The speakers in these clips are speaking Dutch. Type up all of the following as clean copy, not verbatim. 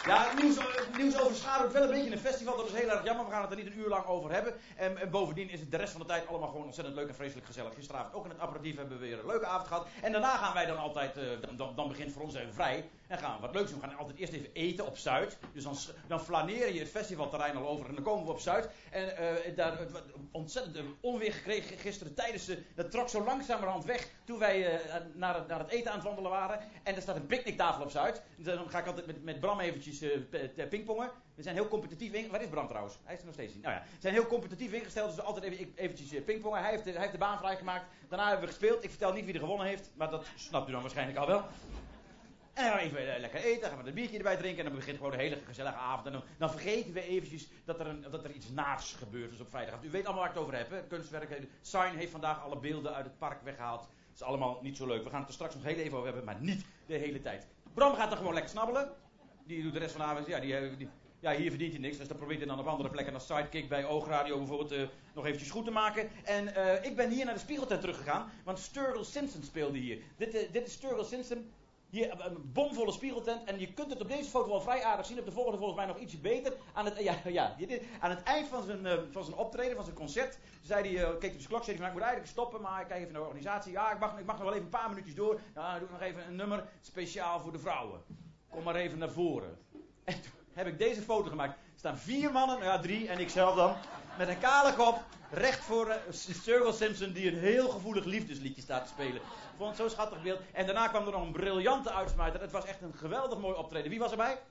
Ja, nieuws overschaduwt wel een beetje een festival. Dat is heel erg jammer. We gaan het er niet een uur lang over hebben. En bovendien is het de rest van de tijd allemaal gewoon ontzettend leuk en vreselijk gezellig. Gisteravond ook in het aperitief hebben we weer een leuke avond gehad. En daarna gaan wij dan altijd, dan begint voor ons even vrij. En gaan we wat leuks doen. We gaan altijd eerst even eten op Zuid. Dus dan flaneer je het festivalterrein al over. En dan komen we op Zuid. En daar ontzettend onweer gekregen gisteren tijdens dat trok zo langzamerhand weg. Toen wij naar het eten aan het wandelen waren. En er staat een picknicktafel op Zuid. Dan ga ik altijd met Bram eventjes pingpongen. We zijn heel competitief ingesteld. Waar is Bram trouwens? Hij is er nog steeds niet. Nou ja, we zijn heel competitief ingesteld. Dus altijd eventjes pingpongen. Hij heeft de baan vrijgemaakt. Daarna hebben we gespeeld. Ik vertel niet wie er gewonnen heeft. Maar dat snapt u dan waarschijnlijk al wel. En dan gaan we even lekker eten, dan gaan we een biertje erbij drinken en dan begint gewoon een hele gezellige avond. En dan vergeten we eventjes dat er iets naars gebeurd is op vrijdag. U weet allemaal waar ik het over heb, hè? Kunstwerk. Sign heeft vandaag alle beelden uit het park weggehaald. Dat is allemaal niet zo leuk. We gaan het er straks nog heel even over hebben, maar niet de hele tijd. Bram gaat dan gewoon lekker snabbelen. Die doet de rest van de avond, ja, hier verdient hij niks. Dus dan probeert hij dan op andere plekken als sidekick bij Oogradio bijvoorbeeld nog eventjes goed te maken. En ik ben hier naar de Spiegeltent teruggegaan, want Sturgill Simpson speelde hier. Dit is Sturgill Simpson. Hier een bomvolle Spiegeltent. En je kunt het op deze foto wel vrij aardig zien. Op de volgende volgens mij nog ietsje beter. Aan het eind van zijn optreden, van zijn concert, zei hij, keek op zijn klok, zei hij, ik moet eigenlijk stoppen, maar ik kijk even naar de organisatie. Ja, ik mag nog wel even een paar minuutjes door. Nou, dan doe ik nog even een nummer speciaal voor de vrouwen. Kom maar even naar voren. En toen heb ik deze foto gemaakt. Er staan 4 mannen, 3 en ikzelf dan, met een kale kop, recht voor Sturgill Simpson, die een heel gevoelig liefdesliedje staat te spelen. Ik vond het zo'n schattig beeld. En daarna kwam er nog een briljante uitsmijter. Het was echt een geweldig mooi optreden. Wie was erbij?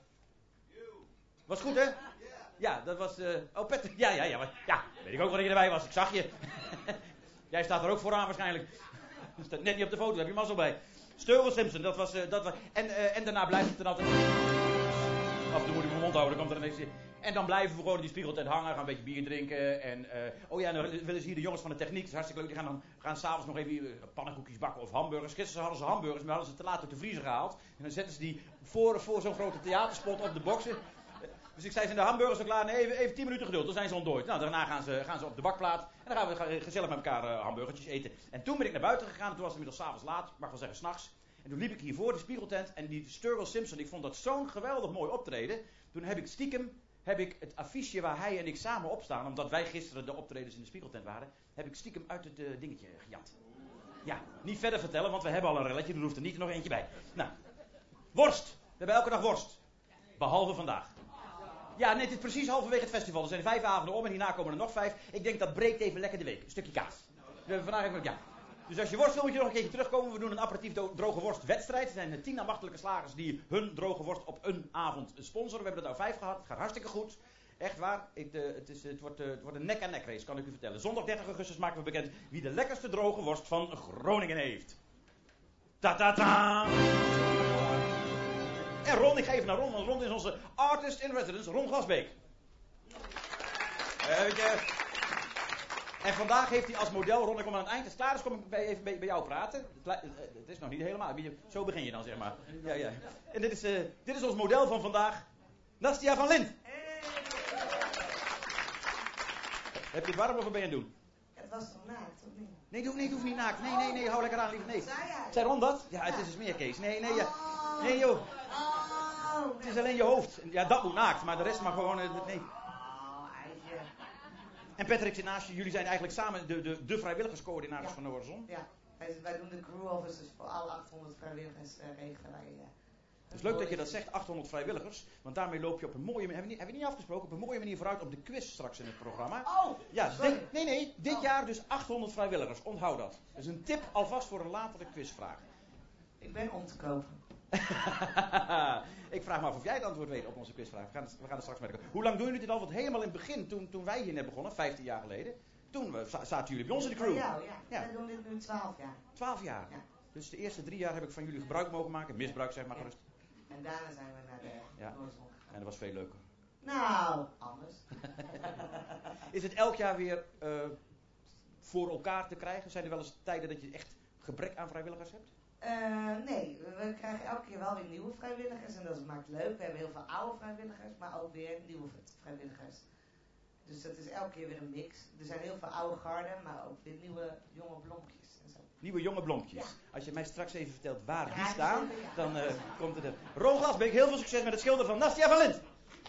Was goed, hè? Ja, dat was... Patrick. Ja, weet ik ook wel dat je erbij was. Ik zag je. Jij staat er ook vooraan waarschijnlijk. Staat net niet op de foto, daar heb je mazzel bij. Sturgill Simpson, dat was... En daarna blijft het er altijd... Af en toe moet ik mijn mond houden, dan komt er ineens... En dan blijven we gewoon in die Spiegeltent hangen, gaan een beetje bier drinken. En dan willen ze hier de jongens van de techniek, dat is hartstikke leuk. Die gaan s'avonds nog even pannenkoekjes bakken of hamburgers. Gisteren hadden ze hamburgers, maar hadden ze te laat uit de vriezer gehaald. En dan zetten ze die voor zo'n grote theaterspot op de boksen. Dus ik zei, zijn de hamburgers al klaar? Nee, even 10 minuten geduld, dan zijn ze ontdooid. Nou, daarna gaan ze op de bakplaat. En dan gaan we gezellig met elkaar hamburgertjes eten. En toen ben ik naar buiten gegaan, toen was het inmiddels 's avonds laat, ik mag wel zeggen 's nachts. En toen liep ik hier voor de Spiegeltent en die Sturgill Simpson, ik vond dat zo'n geweldig mooi optreden. Toen heb ik stiekem het affiche waar hij en ik samen op staan, omdat wij gisteren de optredens in de Spiegeltent waren, heb ik stiekem uit het dingetje gejat. Ja, niet verder vertellen, want we hebben al een relletje, er hoeft er niet nog eentje bij. Nou, worst. We hebben elke dag worst. Behalve vandaag. Ja, nee, het is precies halverwege het festival. Er zijn 5 avonden om en hierna komen er nog 5. Ik denk dat breekt even lekker de week. Een stukje kaas. Vandaag heb ik, ja. Dus als je worst wil, moet je nog een keertje terugkomen. We doen een aperitief droge worst wedstrijd. Er zijn 10 ambachtelijke slagers die hun droge worst op een avond sponsoren. We hebben er nou 5 gehad. Het gaat hartstikke goed. Echt waar. Het wordt een nek-aan-nek race, kan ik u vertellen. Zondag 30 augustus maken we bekend wie de lekkerste droge worst van Groningen heeft. Ta-ta-ta! En Ron, ik ga even naar Ron, want Ron is onze artist in residence, Ron Glasbeek. En vandaag heeft hij als model, Ron, ik kom aan het eind, als het klaar is, kom ik even bij jou praten. Het is nog niet helemaal, zo begin je dan, zeg maar. Ja. En dit is ons model van vandaag, Nastia van Lint. Heb je het warm of wat ben je aan het doen? Het was toch naakt, of niet? Nee, het hoeft niet naakt. Nee, hou lekker aan, lief. Nee. Zei jij? Zei Ron dat? Ja, het is een smeerkees. Nee, joh. Het is alleen je hoofd. Ja, dat moet naakt, maar de rest mag gewoon... nee. Eitje. En Patrick zit naast je. Jullie zijn eigenlijk samen de vrijwilligerscoördinators van de Horizon. Ja, wij doen de crew officers voor alle 800 vrijwilligers regelen wij. Het is leuk dat je dat zegt, 800 vrijwilligers. Want daarmee loop je op een mooie manier, hebben we niet afgesproken, op een mooie manier vooruit op de quiz straks in het programma. Oh! Ja, dit jaar dus 800 vrijwilligers. Onthoud dat. Dat is een tip alvast voor een latere quizvraag. Ik ben om te kopen. Ik vraag me af of jij het antwoord weet op onze quizvraag. We gaan er straks mee komen. Hoe lang doen jullie dit al? Want helemaal in het begin, toen wij hier net begonnen, 15 jaar geleden, toen zaten jullie bij ons in de crew. Ja. Wij doen dit nu 12 jaar. 12 jaar? Ja. Dus de eerste 3 jaar heb ik van jullie gebruik mogen maken. Misbruik, zeg maar gerust. En daarna zijn we naar de Horizon gegaan. En dat was veel leuker. Nou, anders. Is het elk jaar weer voor elkaar te krijgen? Zijn er wel eens tijden dat je echt gebrek aan vrijwilligers hebt? Nee, we krijgen elke keer wel weer nieuwe vrijwilligers en dat maakt leuk. We hebben heel veel oude vrijwilligers, maar ook weer nieuwe vrijwilligers. Dus dat is elke keer weer een mix. Er zijn heel veel oude garden, maar ook weer nieuwe jonge blonkjes en zo. Nieuwe jonge bloempjes. Ja. Als je mij straks even vertelt waar die Ja, staan, zeker, ja. dan komt het er. Ron Glasbeek, heel veel succes met het schilderen van Nastia van Lint.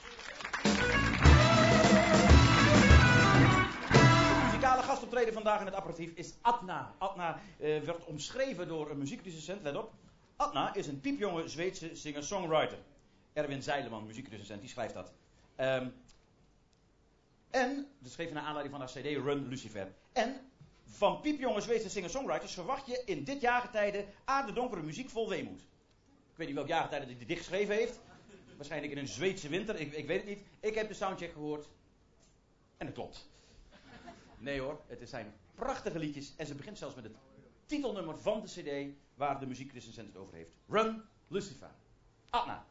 De muzikale gastoptreden vandaag in het aperitief is Adna. Adna werd omschreven door een muziekrecensent, let op. Adna is een piepjonge Zweedse singer-songwriter. Erwin Zeileman, muziekrecensent, die schrijft dat. En, dat schreef hij naar aanleiding van haar cd Run Lucifer. En van piepjonge Zweedse singer-songwriters verwacht je in dit jaargetijde aardedonkere muziek vol weemoed. Ik weet niet welk jaargetijde hij dit geschreven heeft. Waarschijnlijk in een Zweedse winter, ik weet het niet. Ik heb de soundcheck gehoord. En het klopt. Nee hoor, het zijn prachtige liedjes. En ze begint zelfs met het titelnummer van de cd waar de muziekrecensent het over heeft. Run Lucifer. Adna.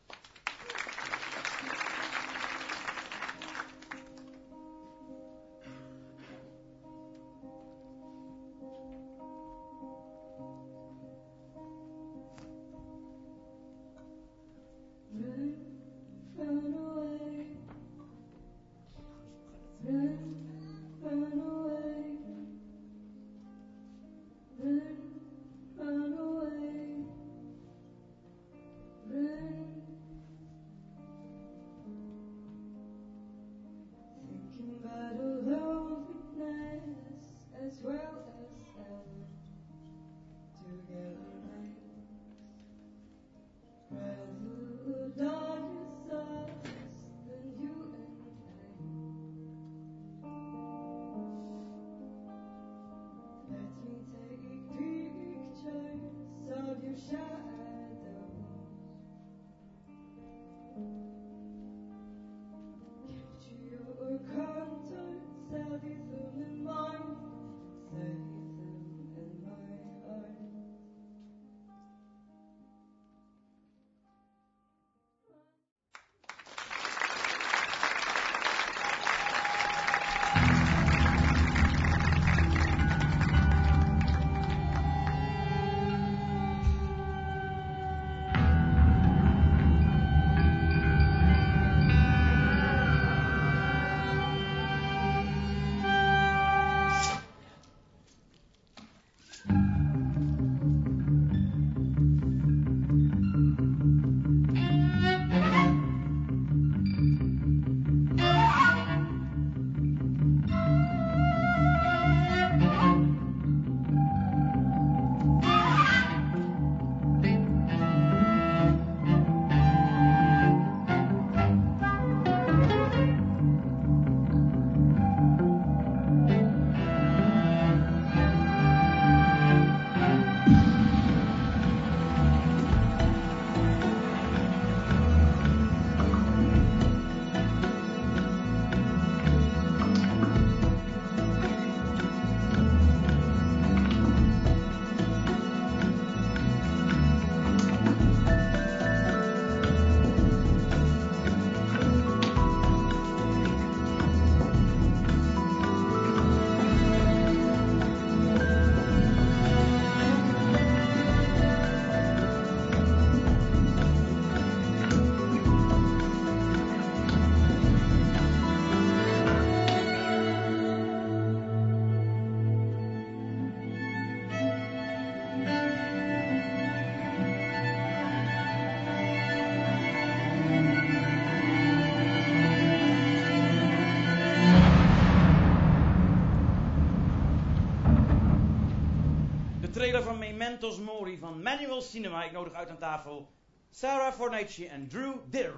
Trailer van Mementos Mori van Manual Cinema. Ik nodig uit aan tafel Sarah Fornaci en Drew Dirr.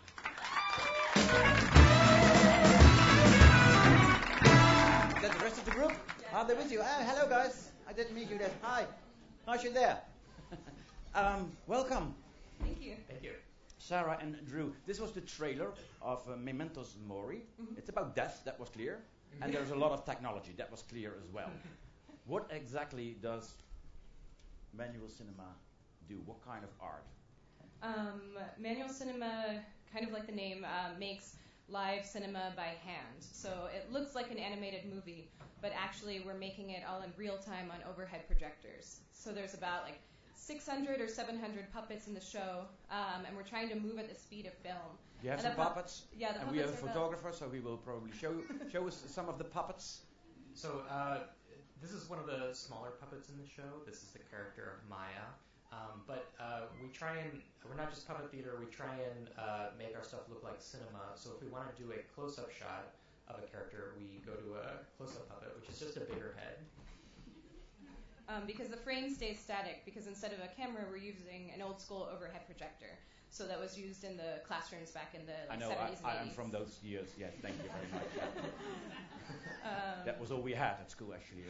Is that the rest of the group? Are they with you? Hello guys. I didn't meet you there. Hi. Nice you're there. Welcome. Thank you. Thank you. Sarah and Drew. This was the trailer of Mementos Mori. Mm-hmm. It's about death, that was clear. And there's a lot of technology, that was clear as well. What exactly does Manual Cinema do? What kind of art? Manual Cinema, kind of like the name, makes live cinema by hand. So it looks like an animated movie, but actually we're making it all in real time on overhead projectors. So there's about like 600 or 700 puppets in the show, and we're trying to move at the speed of film. You have And some the puppets? Yeah, the and puppets we have a are photographer, so he will probably show us some of the puppets. So This is one of the smaller puppets in the show. This is the character Maya. But we're not just puppet theater, we try and make our stuff look like cinema. So if we want to do a close-up shot of a character, we go to a close-up puppet, which is just a bigger head. Because the frame stays static, because instead of a camera, we're using an old school overhead projector. So that was used in the classrooms back in the 70s and 80s. I am from those years, yes, thank you very much. That was all we had at school, actually.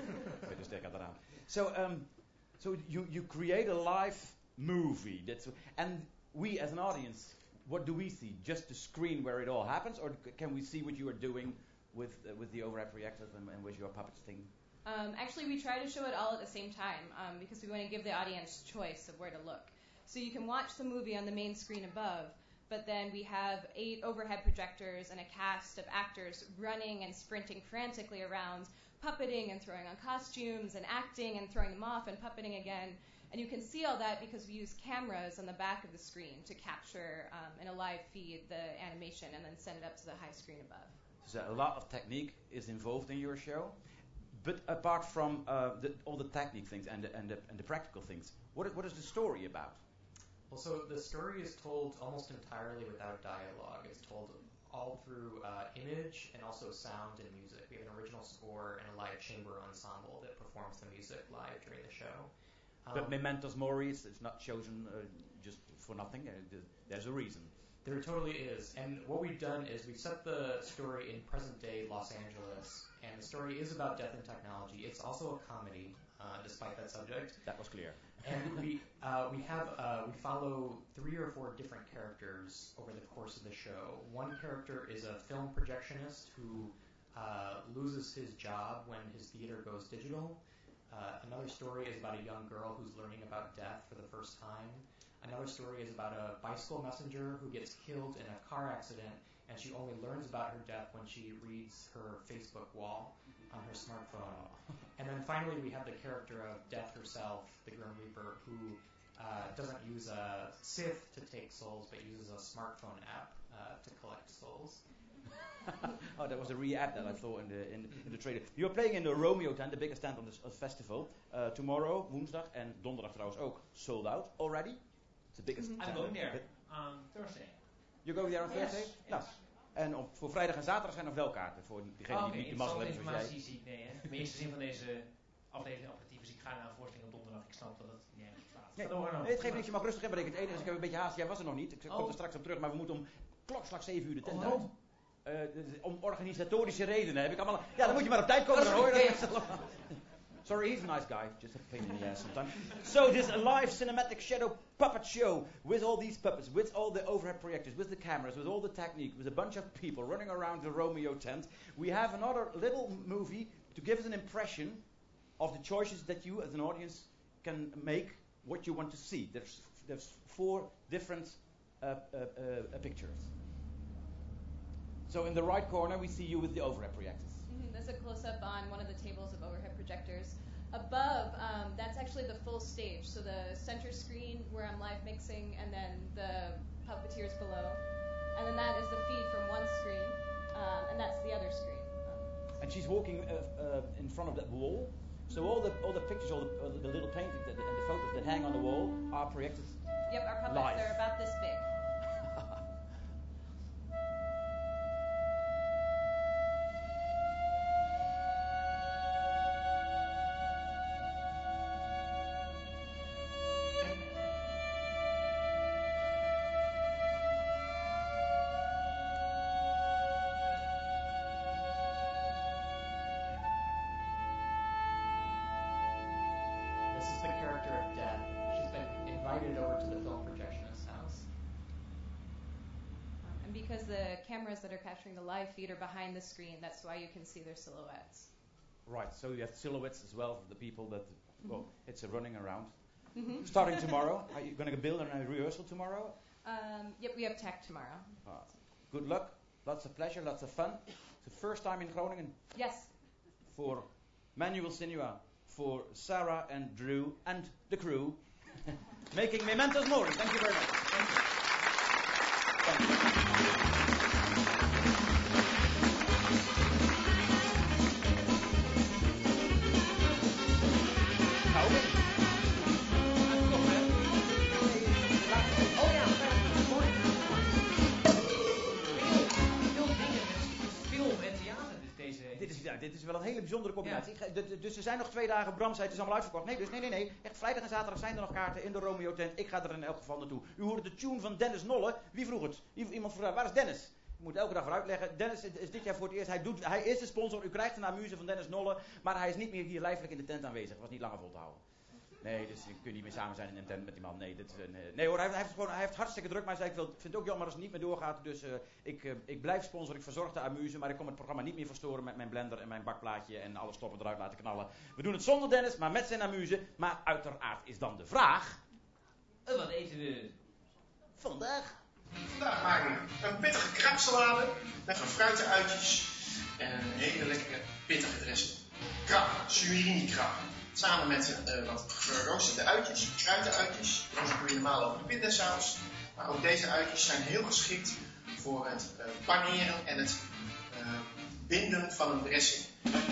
So you create a live movie, and we as an audience, what do we see? Just the screen where it all happens, or can we see what you are doing with the overhead projectors and with your puppets thing? Actually, we try to show it all at the same time because we want to give the audience choice of where to look. So you can watch the movie on the main screen above, but then we have 8 overhead projectors and a cast of actors running and sprinting frantically around, puppeting and throwing on costumes and acting and throwing them off and puppeting again. And you can see all that because we use cameras on the back of the screen to capture in a live feed the animation and then send it up to the high screen above. So a lot of technique is involved in your show. But apart from all the technique things and the practical things, what is the story about? Well, so the story is told almost entirely without dialogue. It's told all through image and also sound and music. We have an original score and a live chamber ensemble that performs the music live during the show. But Mementos Mori, it's not chosen just for nothing. There's a reason. There totally is. And what we've done is we've set the story in present-day Los Angeles, and the story is about death and technology. It's also a comedy, despite that subject. That was clear. And we follow 3 or 4 different characters over the course of the show. One character is a film projectionist who loses his job when his theater goes digital. Another story is about a young girl who's learning about death for the first time. Another story is about a bicycle messenger who gets killed in a car accident, and she only learns about her death when she reads her Facebook wall on her smartphone. And then finally we have the character of Death herself, the Grim Reaper, who doesn't use a Sith to take souls, but uses a smartphone app to collect souls. Oh, that was a re-ad that I saw in the trailer. You're playing in the Romeo tent, the biggest tent on the festival. Tomorrow, woensdag, en donderdag trouwens ook, sold out already. It's the biggest tent. I'm going there on Thursday. You're going there on Thursday? Yes. Nou, en voor vrijdag en zaterdag zijn er wel kaarten voor diegenen die niet de mazzel hebben zoals jij. Zie ik, nee, hè. De eerste zin van deze aflevering aperitief is ik ga naar een voorstelling op donderdag. Ik snap dat het niet ergens staat. Nee, het geeft niks, je mag rustig inbreken. Het enige is, ik heb een beetje haast. Jij was er nog niet. Ik kom er straks op terug, maar we moeten om klokslag 7 uur de tent uit. Om organisatorische redenen heb ik allemaal. Ja, dan moet je maar op tijd komen, dan hoor je dat. Sorry, he's a nice guy. Just a pain in the ass sometimes. So this live cinematic shadow puppet show with all these puppets, with all the overhead projectors, with the cameras, with all the technique, with a bunch of people running around the Romeo tent. We have another little movie to give us an impression of the choices that you as an audience can make what you want to see. There's 4 different pictures. So in the right corner we see you with the overhead projectors. There's a close-up on one of the tables of overhead projectors. Above, that's actually the full stage. So the center screen where I'm live mixing, and then the puppeteers below. And then that is the feed from one screen, and that's the other screen. And she's walking in front of that wall. So all the pictures, all the little paintings and the photos that hang on the wall are projected. Yep, our puppets live. are about this big. Because the cameras that are capturing the live feed are behind the screen, that's why you can see their silhouettes. Right, so you have silhouettes as well of the people that, well, it's a running around. Starting tomorrow. Are you going to build a rehearsal tomorrow? Yep, we have tech tomorrow. Good luck, lots of pleasure, lots of fun. It's the first time in Groningen. Yes. For Manuel Sinua, for Sarah and Drew and the crew, making Mementos Mori. Thank you very much. Thank you. Thank you. een hele bijzondere combinatie. Dus er zijn nog 2 dagen. Bram zei het is allemaal uitverkocht. Nee. Echt vrijdag en zaterdag zijn er nog kaarten in de Romeo tent. Ik ga er in elk geval naartoe. U hoorde de tune van Dennis Nolle. Wie vroeg het? Iemand vroeg, waar is Dennis? Je moet elke dag voor uitleggen. Dennis is dit jaar voor het eerst. Hij is de sponsor. U krijgt een amuse van Dennis Nolle. Maar hij is niet meer hier lijfelijk in de tent aanwezig. Het was niet langer vol te houden. Nee, dus je kunt niet meer samen zijn in een tent met die man. Nee hoor, hij heeft hartstikke druk. Maar hij zei, ik vind het ook jammer als het niet meer doorgaat. Dus ik blijf sponsor, ik verzorg de amuse. Maar ik kom het programma niet meer verstoren met mijn blender en mijn bakplaatje. En alle stoppen eruit laten knallen. We doen het zonder Dennis, maar met zijn amuse. Maar uiteraard is dan de vraag... Wat eten we vandaag? Vandaag maken we een pittige krabsalade met van fruitenuitjes en een hele lekkere pittige dressing. Krab, surimi krab. Samen met wat geroosterde uitjes, kruidenuitjes. Zo doe je normaal over de pindasaus. Maar ook deze uitjes zijn heel geschikt voor het paneren en het binden van een dressing.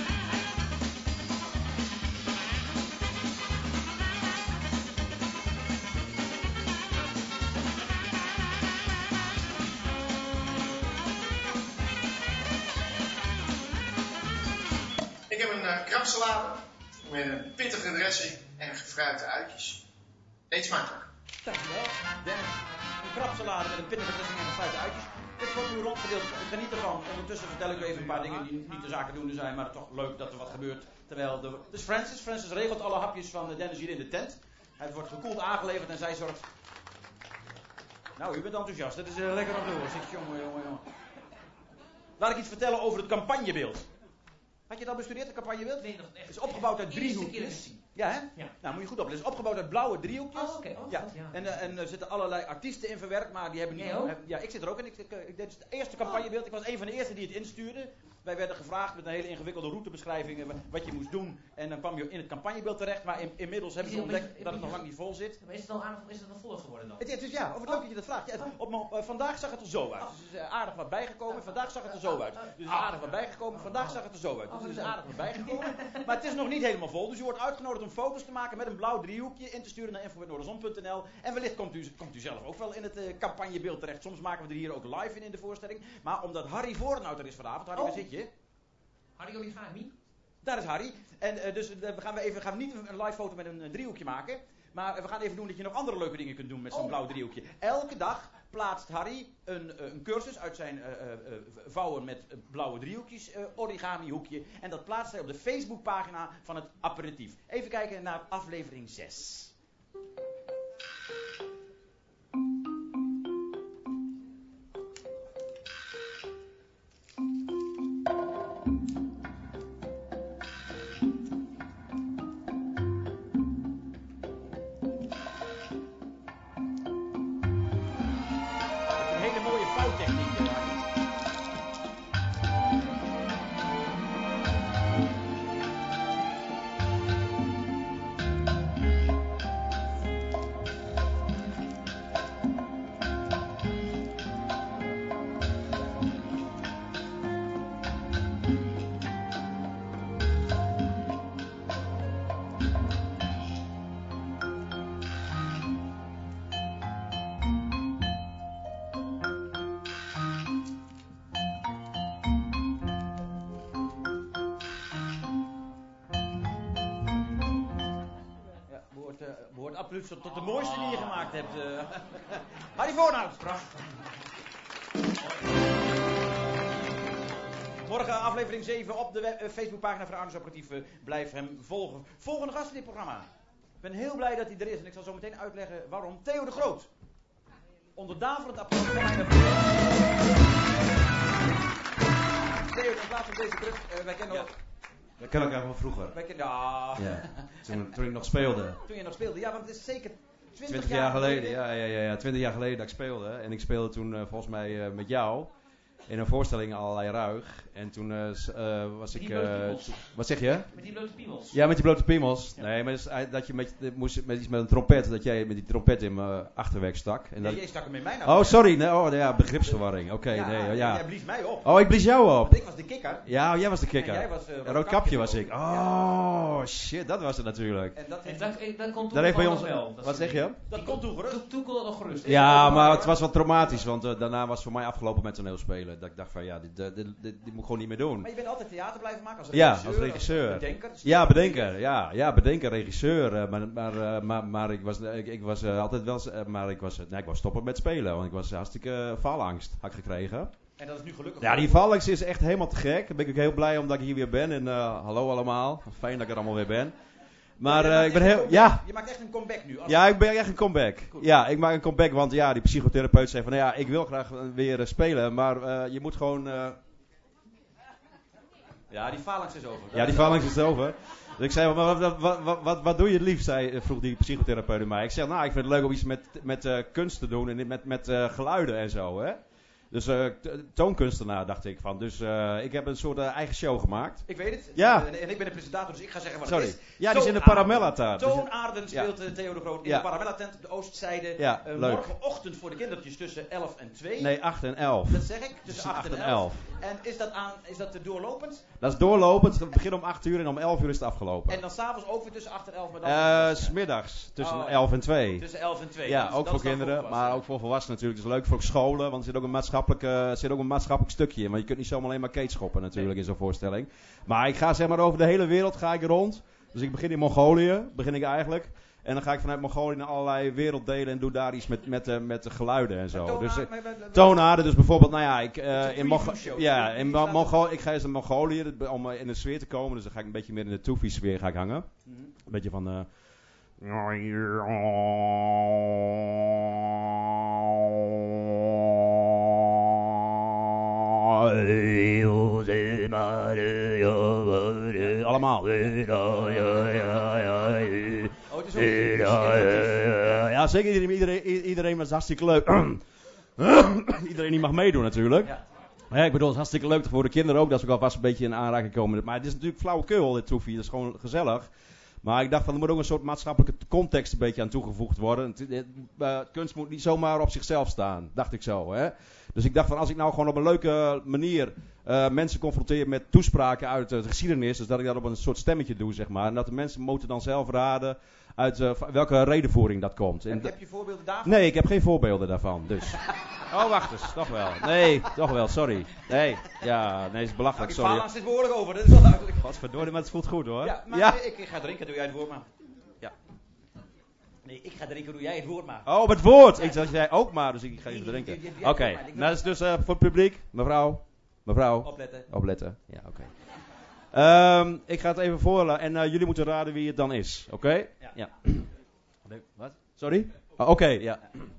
Ik heb een krabsalade met een pittige dressing en gefruite uitjes. Eet smakelijk. Dankjewel, Dennis. Een krabsalade met een pittige dressing en gefruite uitjes. Dit wordt nu rondgedeeld. Geniet ervan. Ondertussen vertel ik u even een paar dingen die niet de zakendoende zijn, maar toch leuk dat er wat gebeurt. Dus Francis regelt alle hapjes van Dennis hier in de tent. Het wordt gekoeld aangeleverd en zij zorgt... Nou, u bent enthousiast. Dat is lekker op door. Zeg, jongen. Laat ik iets vertellen over het campagnebeeld. Had je het al bestudeerd, het campagnebeeld? Nee, nog echt. Het is opgebouwd uit driehoekjes. Ja, hè? Ja. Nou, moet je goed opletten. Het is opgebouwd uit blauwe driehoekjes. Oh, oké. Ja. En er zitten allerlei artiesten in verwerkt, maar die hebben niet... Jij ook? Ja, ik zit er ook in. Dit is het eerste campagnebeeld. Ik was een van de eerste die het instuurde. Wij werden gevraagd met een hele ingewikkelde routebeschrijving wat je moest doen. En dan kwam je in het campagnebeeld terecht, maar inmiddels hebben ze ontdekt dat het nog lang niet vol zit. Maar is het al aardig, is het al voller geworden dan? Het is ja, of het leuk dat je dat vraagt. Ja, vandaag zag het er zo uit. Dus er is aardig wat bijgekomen. Vandaag zag het er zo uit. Dus er is aardig wat bijgekomen. Vandaag zag het er zo uit. Dus er is aardig wat bijgekomen. Maar het is nog niet helemaal vol. Dus u wordt uitgenodigd om foto's te maken met een blauw driehoekje. In te sturen naar info@noorderzon.nl. En wellicht komt u zelf ook wel in het campagnebeeld terecht. Soms maken we er hier ook live in de voorstelling. Maar omdat Harry Voornhout er is vanavond. Harry, waar zit je? Harry Origami? Daar is Harry. En dus we gaan niet een live foto met een driehoekje maken. Maar we gaan even doen dat je nog andere leuke dingen kunt doen met zo'n blauw driehoekje. Elke dag plaatst Harry een cursus uit zijn vouwen met blauwe driehoekjes origami hoekje. En dat plaatst hij op de Facebookpagina van het aperitief. Even kijken naar aflevering 6. Behoort absoluut tot de mooiste die je gemaakt hebt. Harry Voornhout. Prachtig. Morgen aflevering 7 op de Facebookpagina van Arnus Operatief. Blijf hem volgen. Volgende gast in dit programma. Ik ben heel blij dat hij er is en ik zal zo meteen uitleggen waarom. Theo de Groot. Onder daverend applaus van mij naar voren. Theo, in plaats van deze druk, wij kennen nog... We kennen elkaar van vroeger. Ja. Toen ik nog speelde. Toen je nog speelde, ja, want het is zeker 20 jaar geleden. Ja, 20 jaar geleden dat ik speelde. En ik speelde toen volgens mij met jou in een voorstelling Allerlei Ruig. En toen was ik... wat zeg je? Met die blote piemels? Ja, met die blote piemels. Ja. Nee, maar dat je met een trompet, dat jij met die trompet in mijn achterwerk stak. En nee, jij stak hem in mijn achterwerk. Oh, sorry. Nee, begripsverwarring. Oké, jij blies mij op. Oh, ik blies jou op. Want ik was de kikker. Ja, jij was de kikker. En jij was rood kapje was ik. Oh, shit, dat was het natuurlijk. En dat komt toen bij ons wel. Wat zeg je? Dat komt toen gerust. Toen kon dat nog gerust. Ja, maar het was wat traumatisch, want daarna was het voor mij afgelopen met toneelspelen. dat ik dacht van ja, dit moet ik gewoon niet meer doen. Maar je bent altijd theater blijven maken als regisseur. bedenker? Ja, bedenker. Ja, bedenker, regisseur. Maar ik was altijd wel... maar ik was stoppen met spelen. Want ik was hartstikke faalangst. Had ik gekregen. En dat is nu gelukkig. Ja, die faalangst is echt helemaal te gek. Daar ben ik ook heel blij omdat ik hier weer ben. En hallo allemaal. Fijn dat ik er allemaal weer ben. Maar ik ben heel... Ja. Je maakt echt een comeback nu. Ja, ik ben echt een comeback. Goed. Ja, ik maak een comeback. Want ja, die psychotherapeut zei van... Ja, ik wil graag weer spelen. Maar je moet gewoon... Ja, die faalangst is over. Ja, die faalangst is over. Dus ik zei, wat doe je het liefst? Vroeg die psychotherapeut mij. Ik zeg, nou, ik vind het leuk om iets met kunst te doen en met geluiden en zo, hè. Dus toonkunstenaar, dacht ik van. Dus ik heb een soort eigen show gemaakt. Ik weet het. Ja. En ik ben de presentator, dus ik ga zeggen wat Sorry. het is. Ja, die is in de Paramella-taart. Toonaarden speelt Theo de Groot in de Paramella-tent op de oostzijde. Ja, leuk. Morgenochtend voor de kindertjes tussen 11 en 2. Nee, 8 en 11. Dat zeg ik, tussen 8 en 11. En is dat doorlopend? Dat is doorlopend. Het begint om 8 uur en om 11 uur is het afgelopen. En dan s'avonds ook weer tussen 8 en 11? Maar dan 's middags tussen 11 en 2. Tussen 11 en 2. Ja, ook voor kinderen, maar ook voor volwassenen natuurlijk. Het is leuk voor scholen, want er zit ook een maatschappelijk stukje in. Want je kunt niet zomaar alleen maar Kate schoppen natuurlijk in zo'n voorstelling. Maar ik ga zeg maar over de hele wereld ga ik rond. Dus ik begin in Mongolië, eigenlijk. En dan ga ik vanuit Mongolië naar allerlei werelddelen en doe daar iets met de geluiden en zo. Dus toonaarden, dus bijvoorbeeld, nou ja, ik ga eens naar Mongolië om in de sfeer te komen. Dus dan ga ik een beetje meer in de Toefie sfeer ga ik hangen. Een beetje van... allemaal. Ja, zeker. Iedereen was hartstikke leuk. Iedereen die mag meedoen natuurlijk. Ja, ik bedoel, het is hartstikke leuk voor de kinderen ook. Dat ze ook alvast een beetje in aanraking komen. Maar het is natuurlijk flauwekul, dit Toefie. Dat is gewoon gezellig. Maar ik dacht van, er moet ook een soort maatschappelijke context een beetje aan toegevoegd worden. Kunst moet niet zomaar op zichzelf staan, dacht ik zo. Hè? Dus ik dacht van, als ik nou gewoon op een leuke manier mensen confronteer met toespraken uit de geschiedenis. Dus dat ik dat op een soort stemmetje doe, zeg maar. En dat de mensen moeten dan zelf raden uit welke redenvoering dat komt. En heb je voorbeelden daarvan? Nee, ik heb geen voorbeelden daarvan. Dus. Oh, wacht eens. Toch wel. Nee, toch wel. Sorry. Nee, is belachelijk. Sorry. Ik zit behoorlijk over, dat is wel duidelijk. Godverdorie, maar het voelt goed hoor. Ja, maar ik ga drinken, doe jij het woord maar. Ja. Nee, ik ga drinken, doe jij het woord maar. Oh, het woord! Ik dacht jij ook maar, dus ik ga even drinken. Oké, dat is dus voor het publiek. Mevrouw. Opletten. Ja, oké. Ik ga het even voorlezen en jullie moeten raden wie het dan is. Oké? Ja. Wat? Sorry? Oké, ja.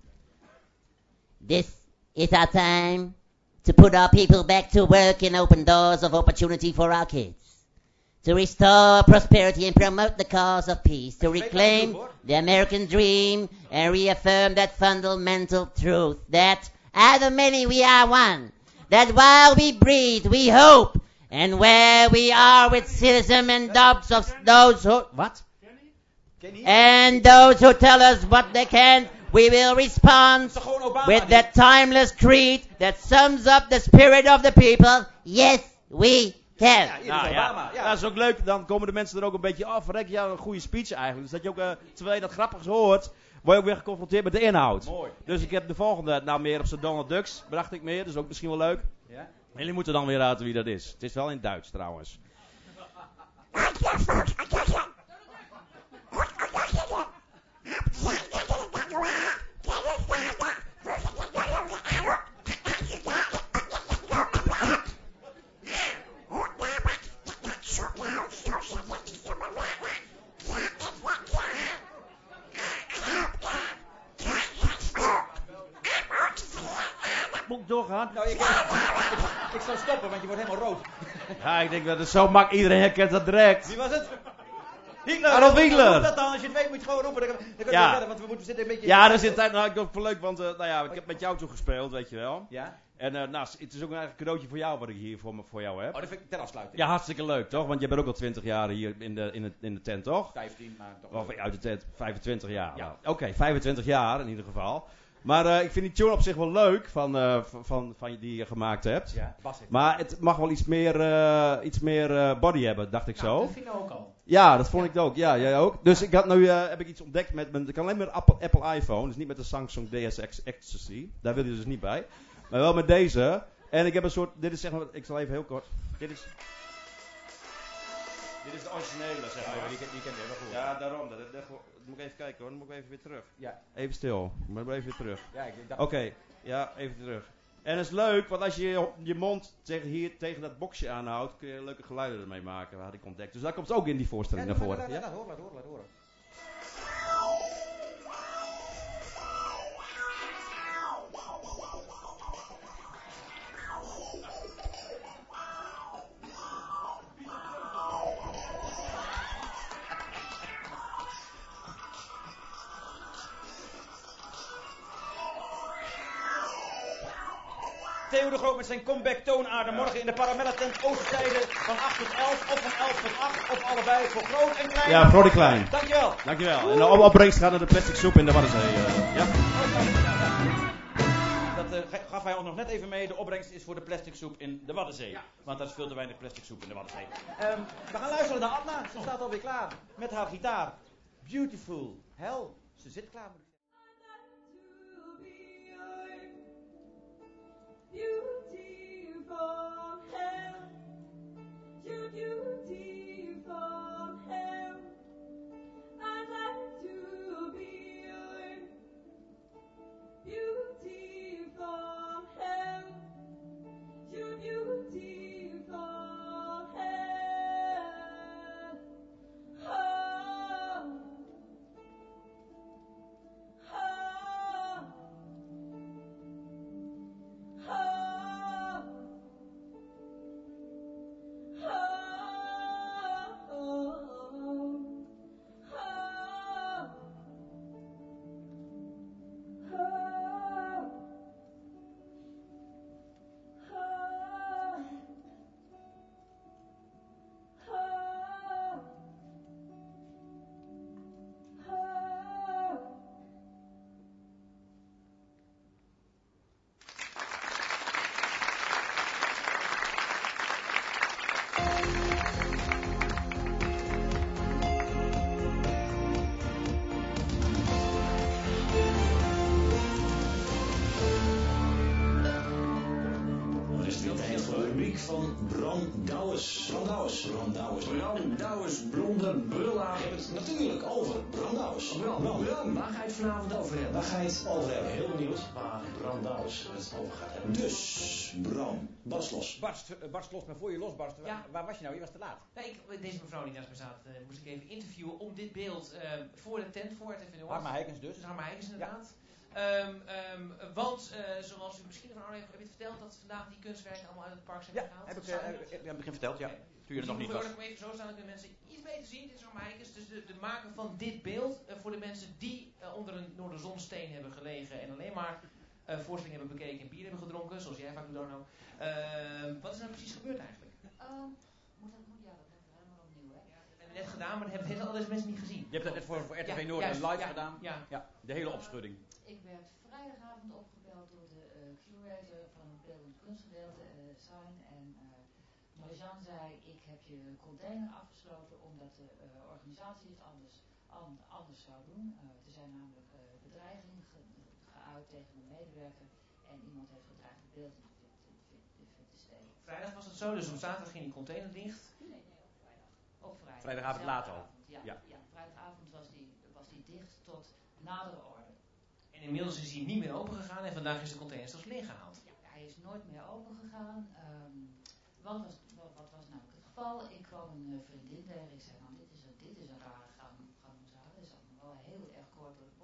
This is our time to put our people back to work and open doors of opportunity for our kids. To restore prosperity and promote the cause of peace. To reclaim the American dream and reaffirm that fundamental truth. That out of many we are one. That while we breathe we hope. And where we are with cynicism and doubts of those who... What? And those who tell us what they can't, we will respond with that timeless creed that sums up the spirit of the people. Yes, we can. Ja. Dat is ook leuk. Dan komen de mensen er ook een beetje af. Verrek, ja, een goede speech eigenlijk. Dus dat je ook, terwijl je dat grappigs hoort, word je ook weer geconfronteerd met de inhoud. Mooi. Dus ik heb de volgende, meer op zijn Donald Ducks, bedacht ik meer. Dat is ook misschien wel leuk. Ja. En jullie moeten dan weer raden wie dat is. Het is wel in Duits trouwens. Moet doorgaan? Nou, ik zou stoppen, want je wordt helemaal rood. Ja, ik denk dat het zo makkelijk. Iedereen herkent dat direct. Wie was het? Hitler! Adolf Hitler! Roep dat dan, als je het weet moet je het gewoon roepen. Dan kan je verder, want we zitten een beetje... Ja, er zit tijd. Nou, ik vind het leuk, want ik heb met jou toen gespeeld, weet je wel. Ja? En het is ook een cadeautje voor jou wat ik hier voor jou heb. Oh, dat vind ik ter afsluiting. Ja, hartstikke leuk, toch? Want je bent ook al 20 jaar hier in de tent, toch? 15, maar toch. Of uit de tent, 25 jaar. Ja. Oké, 25 jaar in ieder geval. Maar ik vind die tune op zich wel leuk van die je gemaakt hebt. Ja, maar het mag wel iets meer body hebben, dacht ik zo. Dat vind ik ook al. Ja, dat vond ik ook. Ja, jij ook. Dus ik heb ik iets ontdekt met ik kan alleen met Apple iPhone, dus niet met de Samsung DSX Ecstasy. Daar wil je dus niet bij. Maar wel met deze. En ik heb een soort, dit is zeg maar, ik zal even heel kort. Dit is de originele, zeg maar. Die kent je wel goed. Ja, daarom. Dat moet ik even kijken hoor, dan moet ik even weer terug. Ja. Even stil, maar even weer terug. Ja, ik dacht... Oké, ja, even terug. En het is leuk, want als je je mond tegen dat boxje aanhoudt, kun je leuke geluiden ermee maken, had ik ontdekt. Dus dat komt ook in die voorstelling naar voren. Laat horen. Theo de Groot met zijn comeback toonaarde morgen in de Paramellatent Oostzijde van 8 tot 11 of van 11 tot 8 of allebei voor groot en klein. Ja, groot en klein. Dankjewel. En de opbrengst gaat naar de plastic soep in de Waddenzee. Ja. Dat gaf hij ons nog net even mee. De opbrengst is voor de plastic soep in de Waddenzee. Ja. Want er is veel te weinig plastic soep in de Waddenzee. We gaan luisteren naar Adna. Ze staat alweer klaar met haar gitaar. Beautiful Hell. Ze zit klaar. Beauty from hell, beauty from hell. I'd like to be your beauty from hell, beauty from hell. Oh, oh. Van Bram Douwes. Bram Douwes, Bronder, Brulla. We hebben het natuurlijk over Bram Douwes. Bram, waar ga je het vanavond over hebben? Heel benieuwd waar Bram Douwes het over gaat hebben. Dus, Bram, barst los. Barst los, maar voor je losbarst. Ja. Waar was je nou? Je was te laat. Nee, deze mevrouw die naast me zat, moest ik even interviewen om dit beeld voor de tent voor te vinden. Harma Heikens dus. Harma Heikens inderdaad. Want, zoals u misschien van heeft verteld, dat vandaag die kunstwerken allemaal uit het park zijn gehaald. Heb ik begin verteld, ja. Toen je er nog niet was. Even zo staan, dat de mensen iets beter zien. Dit is Harma Heikens, dus de maker van dit beeld voor de mensen die onder een Noorderzonsteen hebben gelegen en alleen maar voorstellingen hebben bekeken en bier hebben gedronken, zoals jij vaak doet, Arno. Wat is er nou precies gebeurd eigenlijk? Dat hebben we helemaal opnieuw, hè? Ja, dat hebben we net gedaan, maar dat hebben al deze mensen niet gezien. Je hebt dat net voor RTV Noord live gedaan. Ja, de hele opschudding. Ik werd vrijdagavond opgebeld door de curator van het beeldend kunstgedeelte, Sein. En Marjan zei, ik heb je container afgesloten omdat de organisatie het anders zou doen. Er zijn namelijk bedreigingen geuit tegen een medewerker en iemand heeft gedreigd het beeld te stelen. Vrijdag was het zo, dus op zaterdag ging die container dicht? Nee, op vrijdag. Vrijdagavond laat al. Ja, vrijdagavond was die dicht tot nadere orde. En inmiddels is hij niet meer open gegaan en vandaag is de container zelfs leeggehaald. Ja, hij is nooit meer open gegaan. Wat was nou het geval? Ik kwam een vriendin tegen. Ik zei, nou, dit is een rare gangzade. Dat is allemaal wel heel erg kort door de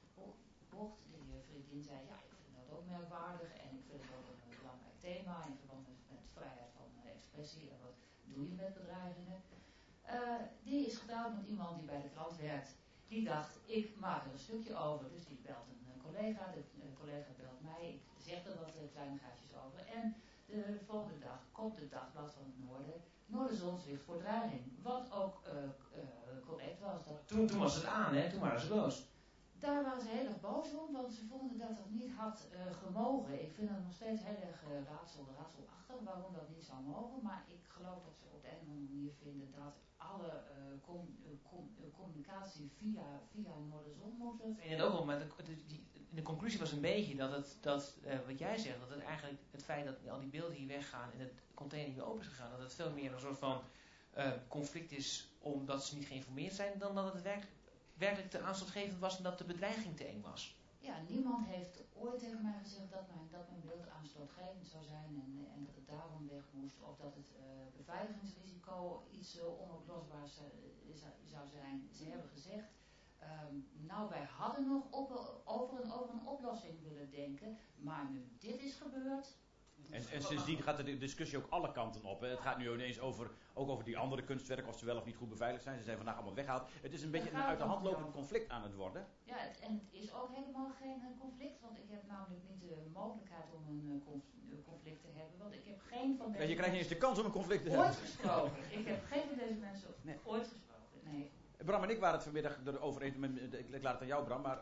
bocht. Die vriendin zei, ja, ik vind dat ook merkwaardig. En ik vind het ook een belangrijk thema in verband met vrijheid van expressie. En wat doe je met bedreigingen? Die is getrouwd met iemand die bij de krant werkt. Die dacht, ik maak er een stukje over. Dus die belt een collega. De collega belt mij. Ik zeg er wat kleine gaatjes over. En de volgende dag komt het Dagblad van het Noorden. Noorderzonslicht voor dreiging. Wat ook correct was. Toen was het aan, hè? Toen waren ze boos. Daar waren ze heel erg boos om, want ze vonden dat het niet had gemogen. Ik vind het nog steeds heel erg raadselachtig waarom dat niet zou mogen. Maar ik geloof dat ze op de een of andere manier vinden dat alle communicatie via Noorderzon moet. En ook wel, maar de conclusie was een beetje dat wat jij zegt, dat het eigenlijk het feit dat al die beelden hier weggaan en het container hier open is gegaan, dat het veel meer een soort van conflict is omdat ze niet geïnformeerd zijn, dan dat het werkelijk te aanstootgevend was en dat de bedreiging te eng was. Ja, niemand heeft ooit tegen mij gezegd dat mijn beeld aanstootgevend zou zijn en dat het daarom weg moest. Of dat het beveiligingsrisico iets onoplosbaars zou zijn. Ze hebben gezegd, wij hadden nog over een oplossing willen denken, maar nu dit is gebeurd. En sindsdien gaat de discussie ook alle kanten op. Hè. Het gaat nu ineens ook over die andere kunstwerken, of ze wel of niet goed beveiligd zijn. Ze zijn vandaag allemaal weggehaald. Het is een beetje een uit de hand lopend conflict aan het worden. Ja, en het is ook helemaal geen conflict, want ik heb namelijk niet de mogelijkheid om een conflict te hebben, want ik heb geen van deze je krijgt niet eens de kans om een conflict te hebben. ooit gesproken. Ik heb geen van deze mensen ooit gesproken, nee. Bram en ik waren het vanmiddag erover eens, ik laat het aan jou Bram, maar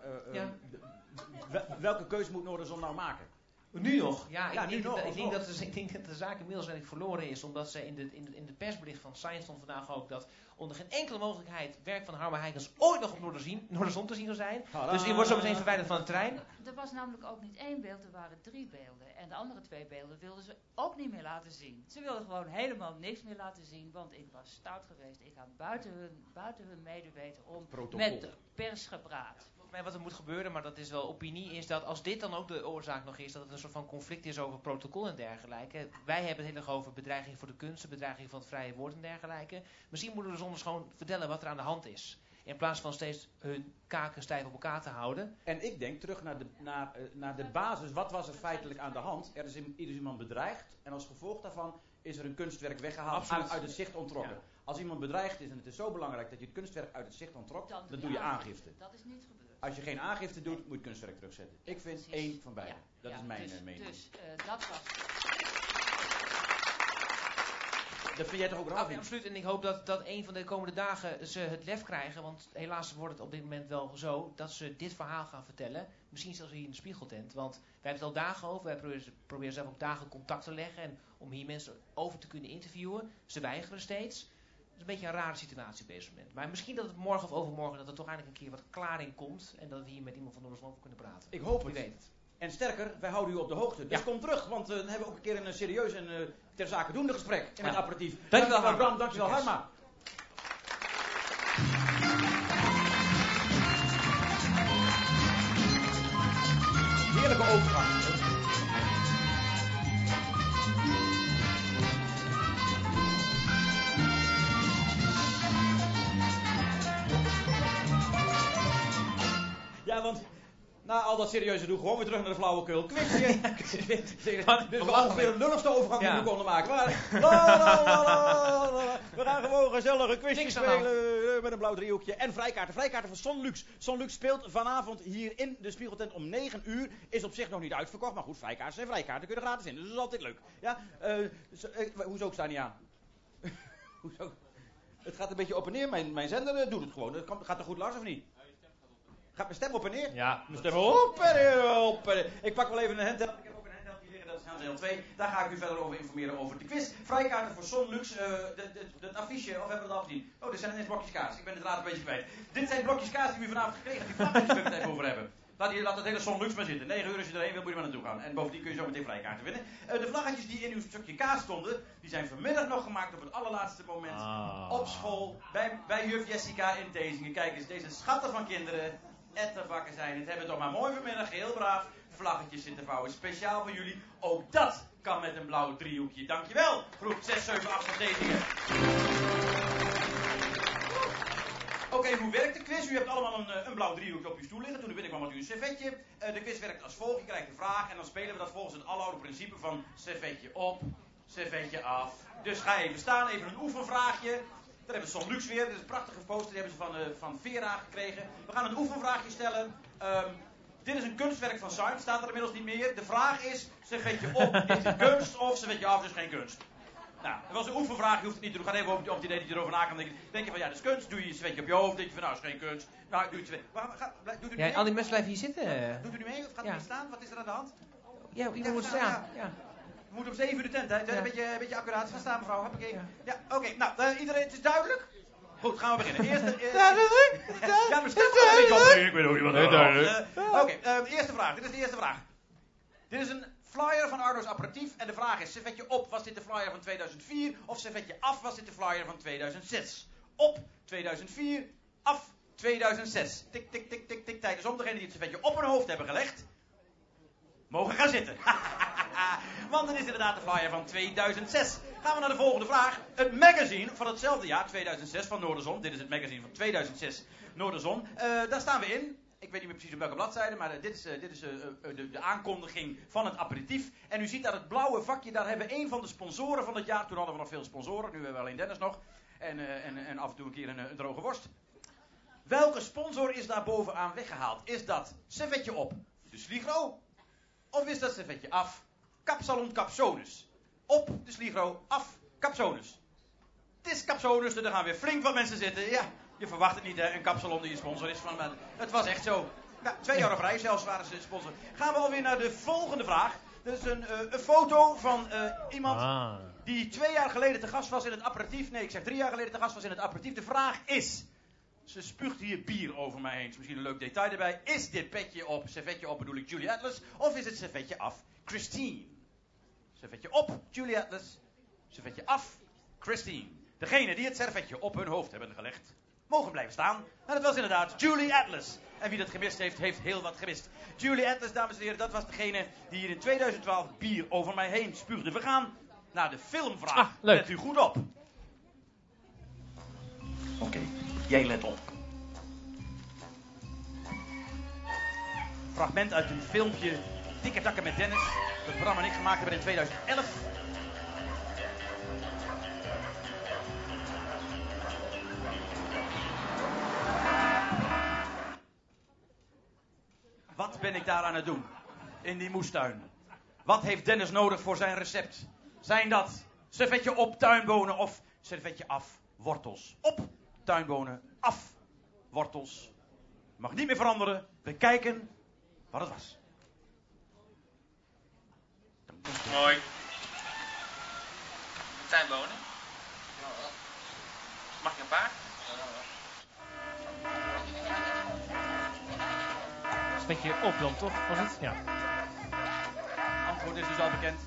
welke keuze moet Noorderzon nou maken? Nu nog? Ja, ik denk dat de zaak inmiddels eigenlijk verloren is, omdat ze in de persbericht van Science stond vandaag ook dat onder geen enkele mogelijkheid werk van Harmer Heikens ooit nog op Noorderzon te zien zou zijn. Dus die wordt zo meteen verwijderd van het terrein. Er was namelijk ook niet 1 beeld, er waren 3 beelden. En de andere 2 beelden wilden ze ook niet meer laten zien. Ze wilden gewoon helemaal niks meer laten zien, want ik was stout geweest. Ik had buiten hun medeweten om met de pers gepraat. Wat er moet gebeuren, maar dat is wel opinie, is dat als dit dan ook de oorzaak nog is, dat het een soort van conflict is over protocol en dergelijke. Wij hebben het heel erg over bedreiging voor de kunsten, bedreiging van het vrije woord en dergelijke. Misschien moeten we zonder gewoon vertellen wat er aan de hand is. In plaats van steeds hun kaken stijf op elkaar te houden. En ik denk terug naar de basis. Wat was er feitelijk aan de hand? Er is iemand bedreigd en als gevolg daarvan is er een kunstwerk weggehaald, uit het zicht onttrokken. Ja. Als iemand bedreigd is en het is zo belangrijk dat je het kunstwerk uit het zicht onttrokt, dan doe je aangifte. Dat is niet gebeurd. Als je geen aangifte doet, moet je het kunstwerk terugzetten. Ik vind 1 van beide. Dat is mijn mening. Dus dat was Dat vind jij toch ook raar? Absoluut. En ik hoop dat een van de komende dagen ze het lef krijgen. Want helaas wordt het op dit moment wel zo dat ze dit verhaal gaan vertellen. Misschien zelfs hier in de Spiegeltent. Want wij hebben het al dagen over. Wij proberen zelf ook dagen contact te leggen. En om hier mensen over te kunnen interviewen. Ze weigeren steeds. Het is een beetje een rare situatie op deze moment. Maar misschien dat het morgen of overmorgen dat er toch eindelijk een keer wat klaring komt. En dat we hier met iemand van Noorderzon over kunnen praten. Ik hoop het. Wie weet het. En sterker, wij houden u op de hoogte. Dus kom terug, want dan hebben we ook een keer een serieus en ter zake doende gesprek in het apparatief. Dankjewel Bram, dankjewel Harma. Heerlijke overgang. Ja, want na al dat serieuze doen, gewoon weer terug naar de flauwekul. Quizje. Dit is ongeveer de lulligste overgang die we konden maken. Maar, we gaan gewoon gezellige quizjes spelen met een blauw driehoekje. En vrijkaarten. Vrijkaarten van Sonlux. Sonlux speelt vanavond hier in de Spiegeltent om 9 uur. Is op zich nog niet uitverkocht. Maar goed, vrijkaarten zijn vrijkaarten. Kun je er gratis in. Dus dat is altijd leuk. Ja? Hoezo sta niet aan? Hoezo? Het gaat een beetje op en neer. Mijn zender doet het gewoon. Gaat er goed Lars of niet? Gaat mijn stem op en neer? Ja. Mijn stem op en neer. Ik pak wel even een handheld. Ik heb ook een handheld hier liggen, dat is handheld 2. Daar ga ik u verder over informeren over de quiz. Vrijkaarten voor Sonlux. Het affiche, of hebben we dat al gezien? Oh, dit zijn ineens blokjes kaas. Ik ben het later een beetje kwijt. Dit zijn blokjes kaas die we vanavond gekregen. Die vlaggetjes waar we het even over hebben. Laat het hele Sonlux maar zitten. 9 euro als je erheen wil, moet je maar naartoe gaan. En bovendien kun je zo meteen vrijkaarten winnen. De vlaggetjes die in uw stukje kaas stonden, die zijn vanmiddag nog gemaakt op het allerlaatste moment. Op school, bij juf Jessica in Tezingen. Kijk eens, deze schatten van kinderen. Etterbakken zijn. Het hebben toch maar mooi vanmiddag heel braaf vlaggetjes zitten vouwen. Speciaal voor jullie. Ook dat kan met een blauw driehoekje. Dankjewel. Groep 6, 7, 8 van Tezingen. Oké, hoe werkt de quiz? U hebt allemaal een blauw driehoekje op uw stoel liggen. Toen u binnenkwam had u een servetje. De quiz werkt als volgt. Je krijgt een vraag en dan spelen we dat volgens het aloude principe van servetje op, servetje af. Dus ga even staan, even een oefenvraagje. Daar hebben we Sonlux weer. Dit is een prachtige poster. Die hebben ze van Vera gekregen. We gaan een oefenvraagje stellen. Dit is een kunstwerk van Science. Staat er inmiddels niet meer. De vraag is, servetje op, is dit kunst? Of servetje af, is geen kunst? Nou, dat was een oefenvraag. Je hoeft het niet te doen. Ga even op het idee dat je erover na kan denken. Denk je van, ja, dat is kunst. Doe je servetje op je hoofd. Denk je van, nou, is geen kunst. Nou, doe je het. Doet u al die mensen blijven hier zitten. Doet u nu mee? Of gaat u niet staan? Wat is er aan de hand? Ja, iemand moet staan. Ja. We moeten om 7 uur de tent, hè? Een beetje accuraat gaan staan, mevrouw. Ja, oké. Nou, iedereen, het is duidelijk? Goed, gaan we beginnen. Ja, mijn stem gaat een beetje op. Ik weet ook niet wat er is. Oké, eerste vraag. Dit is de eerste vraag. Dit is een flyer van Arno's Apparatief. En de vraag is, servetje op, was dit de flyer van 2004? Of servetje af, was dit de flyer van 2006? Op 2004, af 2006. Tik, tik, tik, tik, tik. Tijd is om. Degenen die het servetje op hun hoofd hebben gelegd, mogen gaan zitten. Want het is inderdaad de flyer van 2006. Gaan we naar de volgende vraag. Het magazine van hetzelfde jaar, 2006, van Noorderzon. Dit is het magazine van 2006, Noorderzon. Daar staan we in. Ik weet niet meer precies op welke bladzijde, maar dit is de aankondiging van het aperitief. En u ziet daar het blauwe vakje, daar hebben we een van de sponsoren van het jaar. Toen hadden we nog veel sponsoren, nu hebben we alleen Dennis nog. En af en toe een keer een droge worst. Welke sponsor is daar bovenaan weggehaald? Is dat servetje op, de Sligro? Of is dat servetje af, Kapsalon Capsonus? Op, de Sligro, af, Capsonus. Het is Capsonus, dus er gaan weer flink wat mensen zitten. Ja, je verwacht het niet, hè, een Kapsalon die je sponsor is. Het was echt zo. Ja, 2 jaar op rij zelfs waren ze sponsor. Gaan we alweer naar de volgende vraag. Dat is een foto van iemand die 2 jaar geleden te gast was in het aperitief. Nee, ik zeg 3 jaar geleden te gast was in het aperitief. De vraag is, ze spuugt hier bier over mij heen. Is misschien een leuk detail erbij. Is dit petje op, servetje op bedoel ik Julie Atlas, of is het servetje af Christine? Servetje op, Julie Atlas. Servetje af, Christine. Degene die het servetje op hun hoofd hebben gelegd, mogen blijven staan. En dat was inderdaad Julie Atlas. En wie dat gemist heeft, heeft heel wat gemist. Julie Atlas, dames en heren, dat was degene die hier in 2012 bier over mij heen spuugde. We gaan naar de filmvraag. Let u goed op. Oké, jij let op. Fragment uit een filmpje Dikke Dakken met Dennis. Dat Bram en ik gemaakt hebben in 2011. Wat ben ik daar aan het doen? In die moestuin. Wat heeft Dennis nodig voor zijn recept? Zijn dat servetje op tuinbonen of servetje af wortels? Op tuinbonen, af wortels. Mag niet meer veranderen. We kijken wat het was. Mooi. Tuinbonen. Mag ik een paar? Servetje op dan toch, was het? Ja. Antwoord is dus al bekend.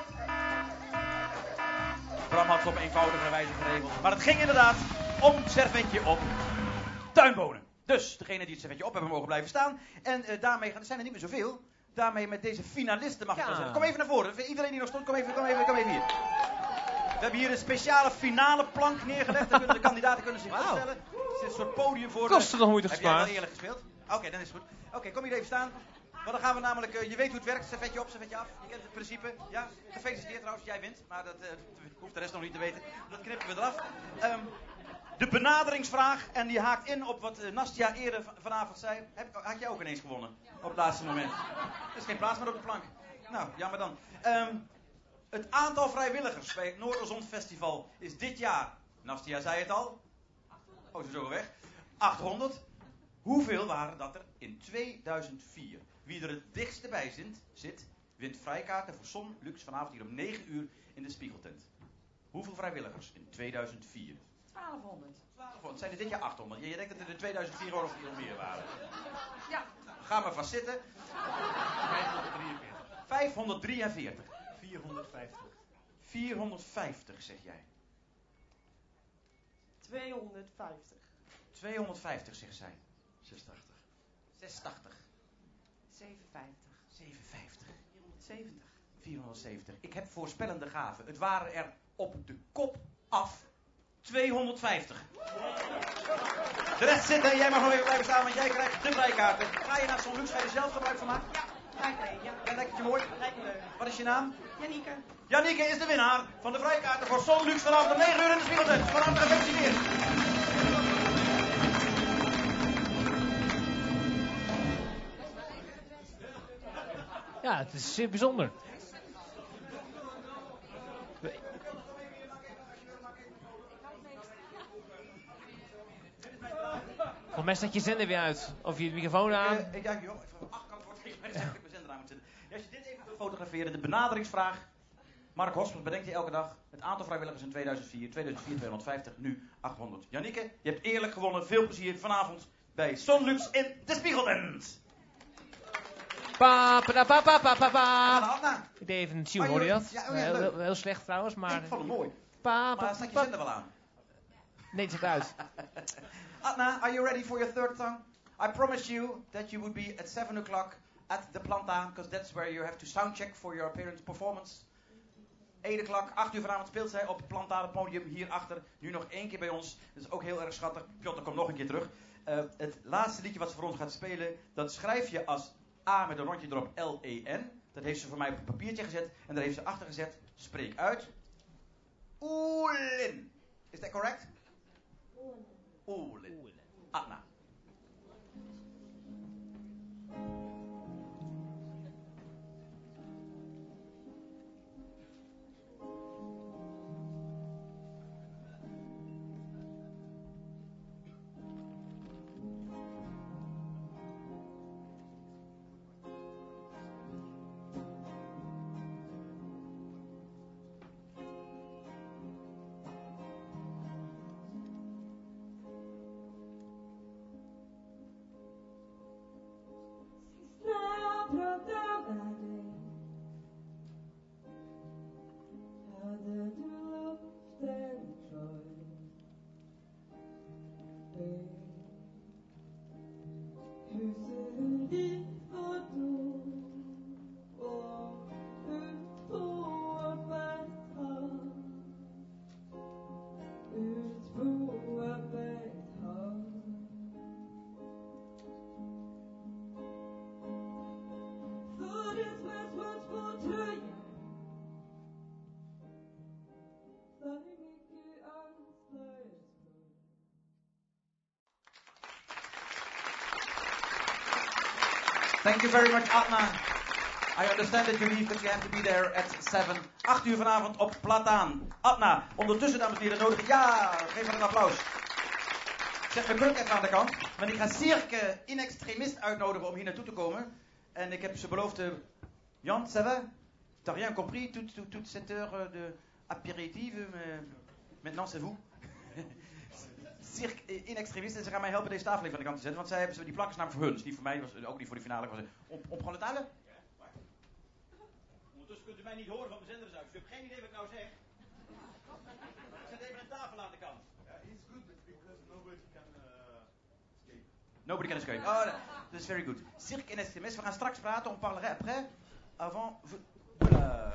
Bram had het op eenvoudige wijze geregeld. Maar het ging inderdaad om servetje op tuinbonen. Dus degene die het servetje op hebben mogen blijven staan. En daarmee zijn er niet meer zoveel. Daarmee met deze finalisten mag ik wel zeggen. Kom even naar voren. Iedereen die nog stond, kom even hier. We hebben hier een speciale finale plank neergelegd. Daar kunnen de kandidaten zich opstellen. Er zit een soort podium voor. Kost er nog moeite gespaard. Heb jij wel eerlijk gespeeld? Oké, dan is het goed. Oké, kom hier even staan. Want dan gaan we namelijk, je weet hoe het werkt, servetje op, servetje af. Je kent het principe. Ja, gefeliciteerd trouwens, jij wint. Maar dat hoeft de rest nog niet te weten. Dat knippen we eraf. De benaderingsvraag, en die haakt in op wat Nastja eerder vanavond zei. Had jij ook ineens gewonnen? Op het laatste moment. Er is geen plaats meer op de plank. Nou, jammer dan. Het aantal vrijwilligers bij het Noorderzon Festival is dit jaar, Nastja zei het al. Oh, ze is zo weg. 800. Hoeveel waren dat er in 2004? Wie er het dichtst bij zit, wint vrijkaarten voor Son Lux vanavond hier om 9 uur in de Spiegeltent. Hoeveel vrijwilligers in 2004? 1200. 1200. Zijn er dit jaar 800? Je denkt dat er in 2004 gewoon nog meer waren. Ja. Ga maar vast zitten. 543. 450. 450 zeg jij. 250. 250 zegt zij. 86. 86. 750. 750. 470. 470. Ik heb voorspellende gaven. Het waren er op de kop af 250. De rest zit en jij mag nog even blijven staan, want jij krijgt de vrijkaarten. Ga je naar Son Lux, ga je er zelf gebruik van maken? Ja, Ja, lijkt het je mooi? lijkt me leuk. Wat is je naam? Janieke. Janieke is de winnaar van de vrijkaarten voor Son Lux vanavond om 9 uur in de Spiegeltent. Van harte gefeliciteerd. Ja, het is zeer bijzonder. Volgens mij staat je zender weer uit. Of je microfoon aan. Ja, joh. Van de achterkant wordt ik mijn zender aan moeten zetten. Ja, als je dit even wilt fotograferen, de benaderingsvraag. Mark Hospers bedenkt hij elke dag. Het aantal vrijwilligers in 2004, 250, nu 800. Janneke, je hebt eerlijk gewonnen. Veel plezier vanavond bij Sonlux in de Spiegeltent. Pa, pa, pa, pa, pa, pa, pa. Anna. Ik deed even een tune, hoorde je dat? Ja, oh ja, leuk. Heel slecht trouwens, maar... Ik vond het mooi. Pa, Maar staat je zender wel aan? Nee, het zit uit. Adna, are you ready for your third song? I promised you that you would be at 7 o'clock at the Planta, because that's where you have to soundcheck for your appearance performance. 8 o'clock, 8 uur vanavond speelt zij op het Planta, het podium hierachter. Nu nog 1 keer bij ons. Dat is ook heel erg schattig. Piotr komt nog een keer terug. Het laatste liedje wat ze voor ons gaat spelen, dat schrijf je als A met een rondje erop, L-E-N. Dat heeft ze voor mij op een papiertje gezet. En daar heeft ze achter gezet, spreek uit. Oelin. Is that correct? Oelin. Adna. Thank you very much, Adna. I understand that you leave, but you have to be there at 7. 8 uur vanavond op Plataan. Adna, ondertussen, dames en heren, nodig ik... Ja, geef maar een applaus. Zet mijn kruk even aan de kant. Want ik ga Cirque in extremis uitnodigen om hier naartoe te komen. En ik heb ze beloofd... Jan, ça va? T'as rien compris? Toute cette heure de apéritive? Maintenant, c'est vous. Cirque in extremis. En ze gaan mij helpen deze tafel even aan de kant te zetten. Want zij hebben die planken namelijk voor hun. Dus niet voor mij, was ook niet voor de finale. Op gewoon het talen? Ondertussen kunt u mij niet horen van mijn zender is uit. Dus u hebt geen idee wat ik nou zeg. Ik zet even een tafel aan de kant. It's good because nobody can escape. Nobody can escape. Oh, that is very good. Cirque in extremis. We gaan straks praten. On parlera après. Avant... Voilà.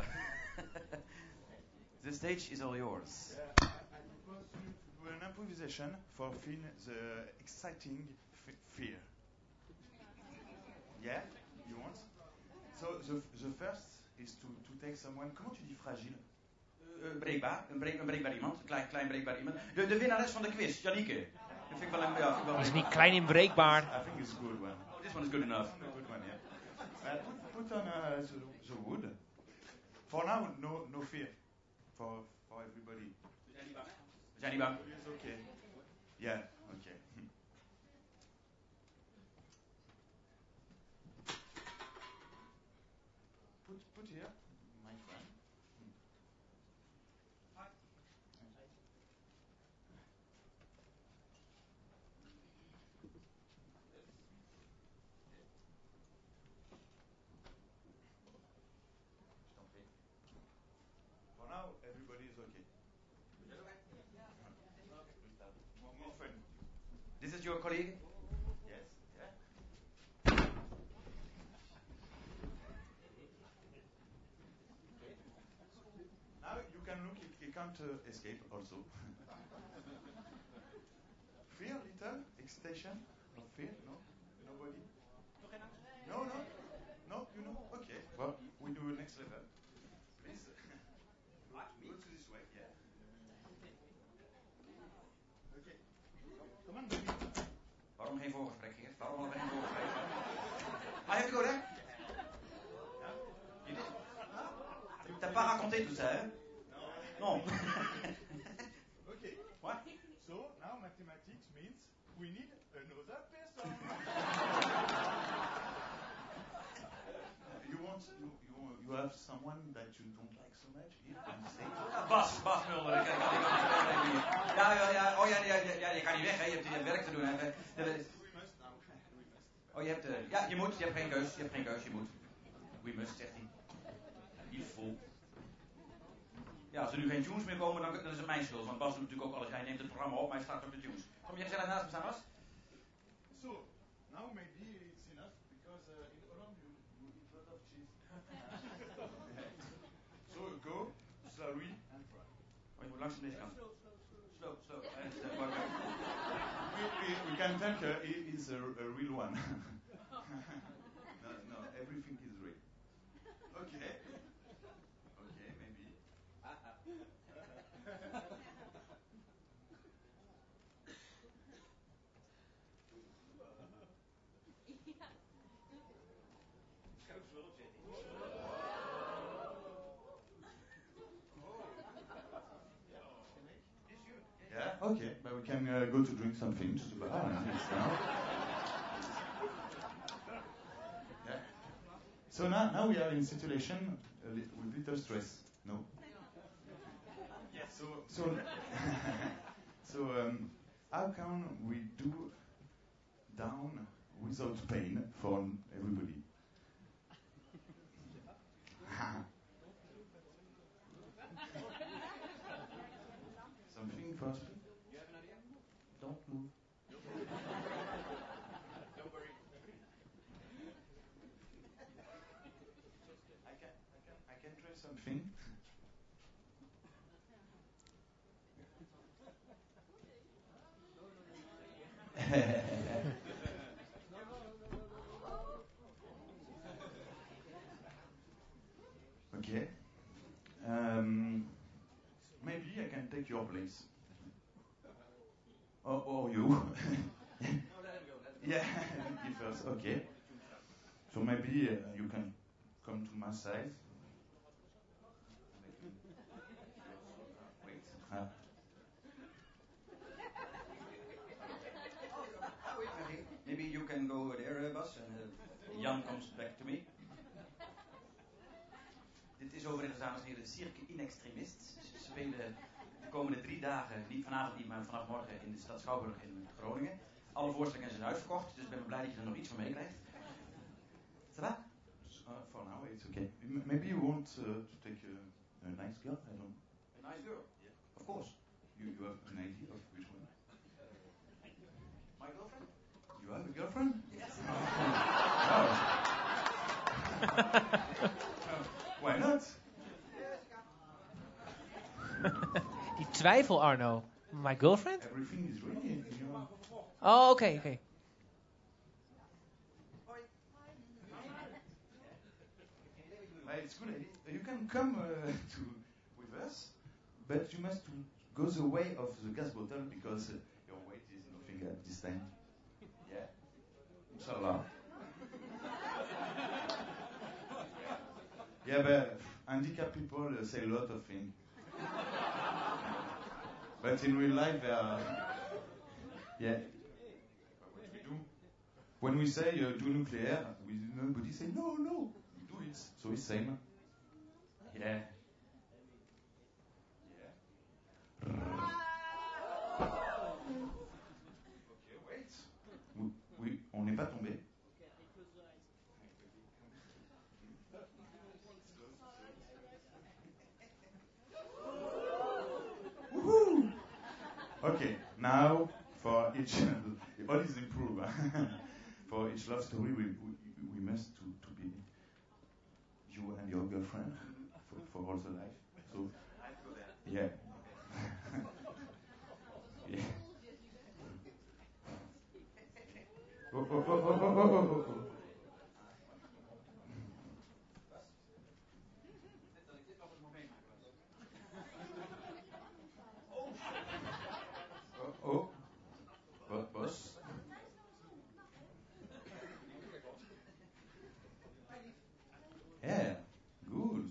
The stage is all yours. Yeah, I propose you to do an improvisation for film the exciting fear. Yeah, you want? So the first is to take someone. Comment tu dis fragile? Breekbaar. Een breekbaar iemand. Een klein breekbaar iemand. De winnares van de quiz, Janneke. Dat vind ik wel een... Ja, dat is niet klein inbreekbaar. I think it's a good one. Oh, this one is good enough. A good one, yeah. Put on the wood. For now, no fear. For everybody. We zijn niet bang. It's okay. Yeah, okay. Put here, my friend. Hi. For now, everybody is okay. More fun. This is your colleague? Yes. Yeah. Now you can look, he can't escape also. Fear, little? Excitation? Of fear? No? Nobody? No, you know? Okay. Well, we do next level. Please. Go to this way, yeah. Okay. Come on, baby. Waarom geen voorgesprek, Geert? Waarom hebben we geen voorgesprek? Ah, heb je goed, hè? T'as pas raconté tout ça, hein? Non. Okay. What? So now mathematics means we need another person. You you have someone that you don't like so much here on stage? Bas Mulder. Je kan niet weg, hè. Je hebt werk te doen. Hè. Oh, je hebt geen keus, je moet. We must, zegt hij. Liefdevol. Ja, als er nu geen tunes meer komen, dan is het mijn schuld. Want Bas doet natuurlijk ook alles. Hij neemt het programma op, maar hij start op de tunes. Kom je gezellig naast me staan, Bas? So, now maybe it's enough, because in Holland you eat a lot of cheese. So, go, slowly, and try. Oh, je moet langs deze kant. Slow. We can think it is a real one. No, everything is real. Okay, maybe. Yeah, okay, but we can go to drink something to the bar and things now. Yeah. So now we are in situation with little stress. No. Yes. So how can we do down without pain for everybody? Something first. You have an idea? Don't move. Don't worry. I can try something. Okay. Maybe I can take your place. Or you. No, let him go. Yeah, you first. Okay. So maybe you can come to my side. Wait. Maybe you can go there, Bas, and Jan comes back to me. Dit is overigens, dames en heren, Cirque in Extremis. Ze spelen de komende 3 dagen, niet vanavond niet, maar vanaf morgen in de stad Schouwburg in Groningen. Alle voorstellingen zijn uitverkocht, dus ik ben blij dat je er nog iets van meekrijgt. Ça va? For now, it's okay. Maybe you want to take a nice girl? I don't. A nice girl? Yeah. Of course. You have an idea of which one? My girlfriend? You have a girlfriend? Yes. Oh. Why not? Die twijfel, Arno. My girlfriend? Everything is ready. Oh, oké. It's good. You can come with us, but you must go the way of the gas bottle because your weight is nothing at this time. Yeah. Inshallah. Yeah, but handicapped people say a lot of things. But in real life, they are. Yeah. What we do? When we say do nuclear, nobody say no. Do it. So it's same. Yeah. Okay, wait. Oui, on n'est pas tombé. Woohoo! Okay, now for each, what is improved? For each love story, we must to be you and your girlfriend for all the life. So, yeah. Yeah. Oh. Boss. Yeah, good.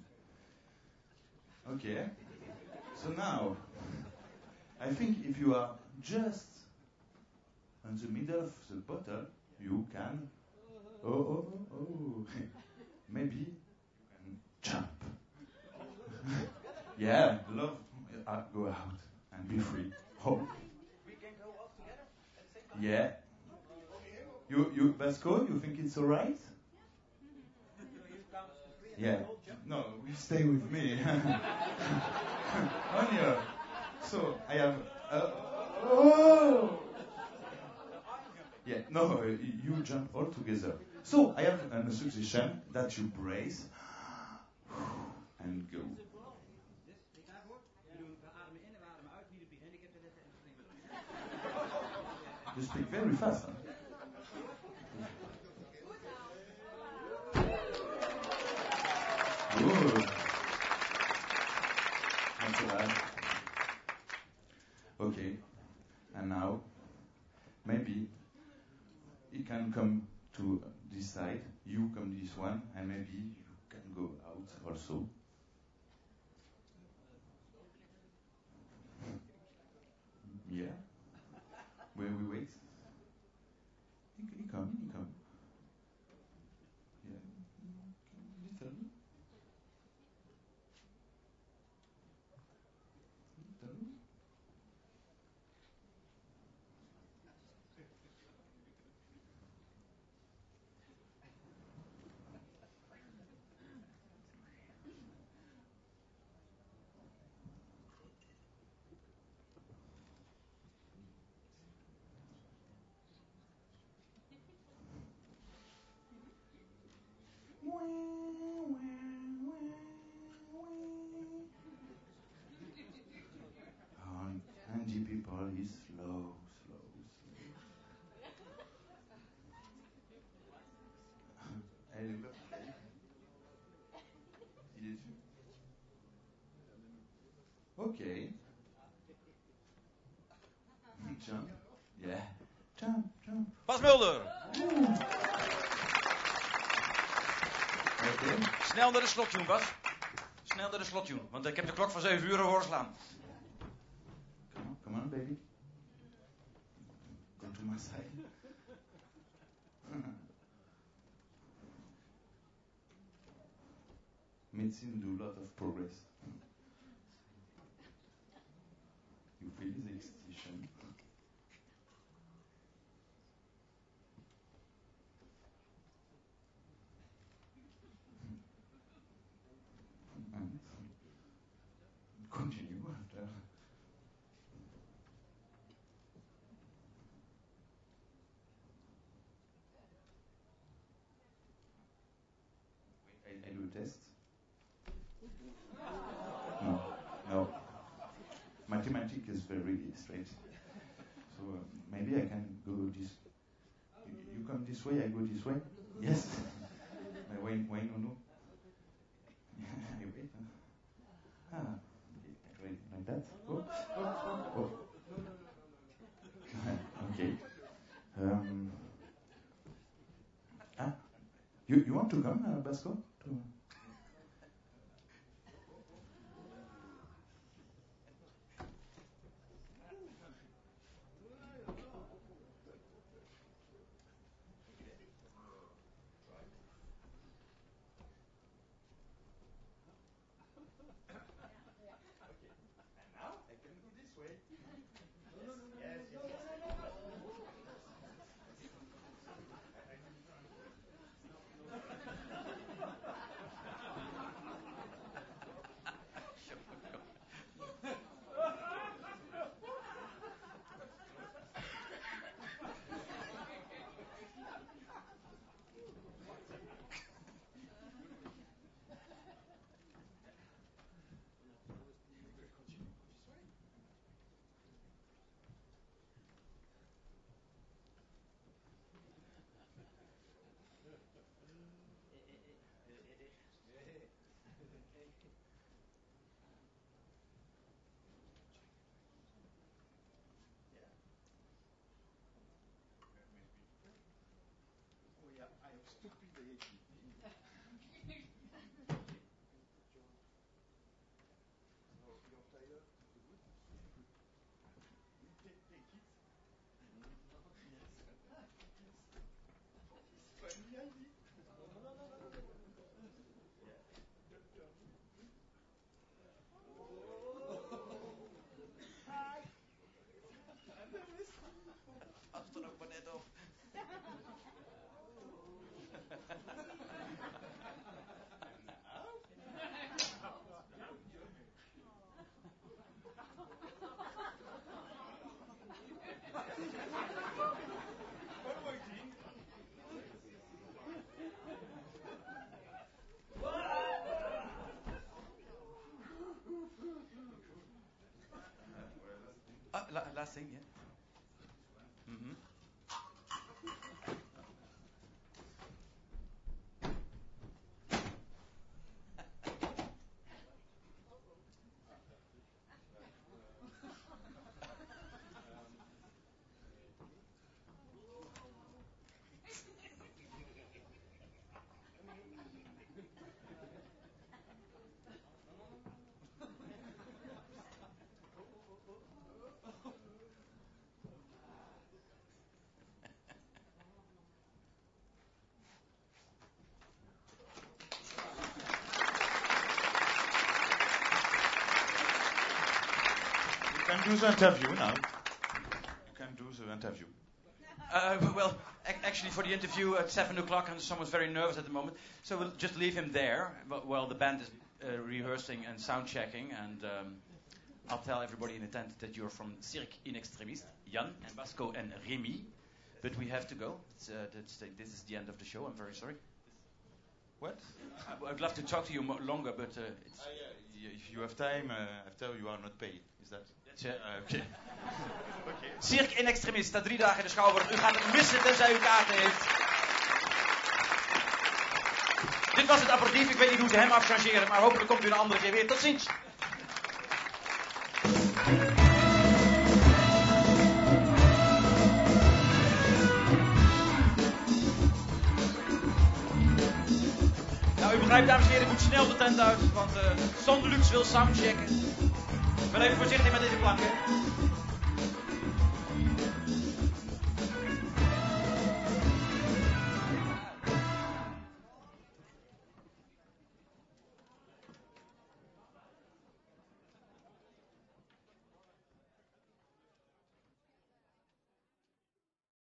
Okay. So now, I think if you are just in the middle of the bottle, you can. Oh. Maybe you can Yeah, love. Go out and be free. Oh. We can go off together at the same time. Yeah. Vasco, you think it's alright? Yeah. No, you stay with me. Anya. So I have. Oh. Yeah. No, you jump all together. So I have a suggestion that you brace and go. You speak very fast. Huh? Good. Not so bad. Okay. And now, maybe it can come to this side, you come this one, and maybe you can go out also. Yeah. Where we wait. He come. Yeah. Little. Angie people is slow. Elle est pas prête. Il est dessus. Okay. Jump. Yeah. Jump. Bas Mulder! Okay. Snel naar de slottune, Bas. Snel naar de slottune, want ik heb de klok van 7 uur horen slaan. Come on, baby. Go to my side. Medicine do a lot of progress. You feel the excitation. And continue after. I do a test. No. Mathematics is very straight. So maybe I can go this. You come this way, I go this way. Yes. Why no? I wait. Okay, like that. Oh. Okay. You want to come, Basco? last thing, yeah. Mm-hmm. You can do the interview now. You can do the interview. Well, actually, for the interview at 7 o'clock, and someone's very nervous at the moment, so we'll just leave him there while the band is rehearsing and sound checking. And I'll tell everybody in attendance that you're from Cirque in Extremis, Jan and Vasco and Remy. But we have to go. This is the end of the show. I'm very sorry. What? I'd love to talk to you longer, but if you have time, after you are not paid. Is that? That's it. Okay. Okay. Cirque in Extremis staat 3 dagen in de Schouwburg. U gaat het missen tenzij u kaarten heeft. Dit was het aperitief. Ik weet niet hoe ze hem afchangeren, maar hopelijk komt u een andere keer weer. Tot ziens. Nou, u begrijpt, dames en heren, ik moet snel de tent uit, want Sondelux wil soundchecken. Ik ben even voorzichtig met deze planken.